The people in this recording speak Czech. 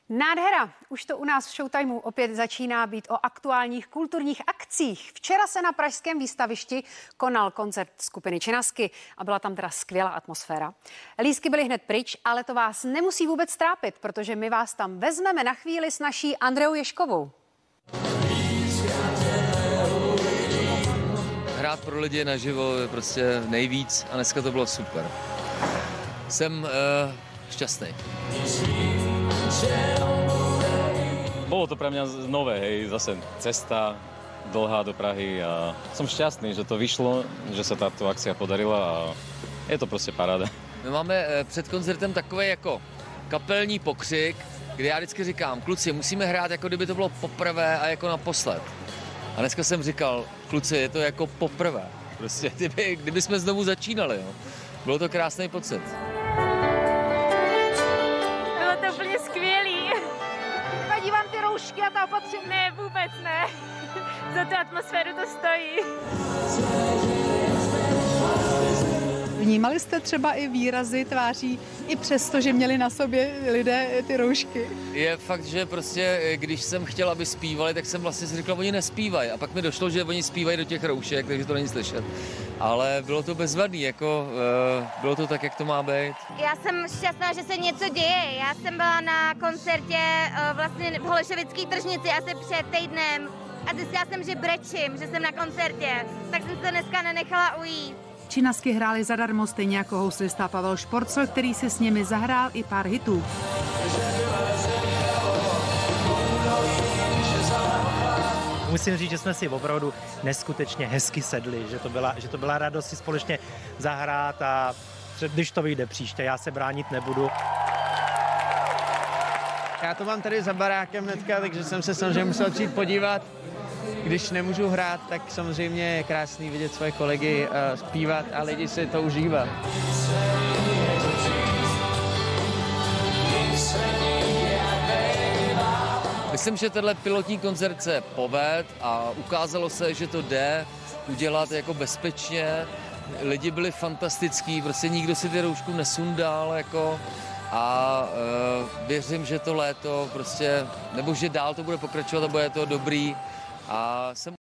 Nádhera. Už to u nás v Showtimeu opět začíná být o aktuálních kulturních akcích. Včera se na pražském výstavišti konal koncert skupiny Činasky a byla tam teda skvělá atmosféra. Lístky byly hned pryč, ale to vás nemusí vůbec trápit, protože my vás tam vezmeme na chvíli s naší Andreou Ježkovou. Hrát pro lidi naživo je prostě nejvíc a dneska to bylo super. Jsem šťastný. Bolo to pre mňa nové, hej, zase cesta dlhá do Prahy a som šťastný, že to vyšlo, že sa táto akcia podarila a je to prostě paráda. My máme před koncertem takový jako kapelní pokřik, kde já vždycky říkám, kluci, musíme hrát, jako kdyby to bylo poprvé a jako naposled. A dneska jsem říkal, kluci, je to jako poprvé. Prostě kdyby jsme znovu začínali, jo. Bylo to krásný pocit. Bylo to úplně skvělý. Vadí vám ty roušky a ta opatření? Ne, vůbec ne. Za tu atmosféru to stojí. Vnímali jste třeba i výrazy tváří, i přesto, že měli na sobě lidé ty roušky? Je fakt, že prostě, když jsem chtěl, aby zpívali, tak jsem vlastně si řekl, oni nespívají. A pak mi došlo, že oni zpívají do těch roušek, takže to není slyšet. Ale bylo to bezvadný, jako bylo to tak, jak to má být. Já jsem šťastná, že se něco děje. Já jsem byla na koncertě vlastně v Holešovické tržnici asi před týdnem a zjistila jsem, že brečím, že jsem na koncertě. Tak jsem se dneska nenechala ujít. Činasky hráli zadarmo, stejně jako houslista Pavel Šporcl, který si s nimi zahrál i pár hitů. Musím říct, že jsme si opravdu neskutečně hezky sedli, že to byla radost si společně zahrát a když to vyjde příště, já se bránit nebudu. Já to mám tady za barákem hnedka, takže jsem se samozřejmě musel přijít podívat. Když nemůžu hrát, tak samozřejmě je krásný vidět svoje kolegy zpívat a lidi si to užívat. Myslím, že tenhle pilotní koncert se povedl a ukázalo se, že to jde udělat jako bezpečně. Lidi byli fantastický, prostě nikdo si ty roušku nesundal jako a věřím, že to léto prostě, nebo že dál to bude pokračovat a bude to dobrý a jsem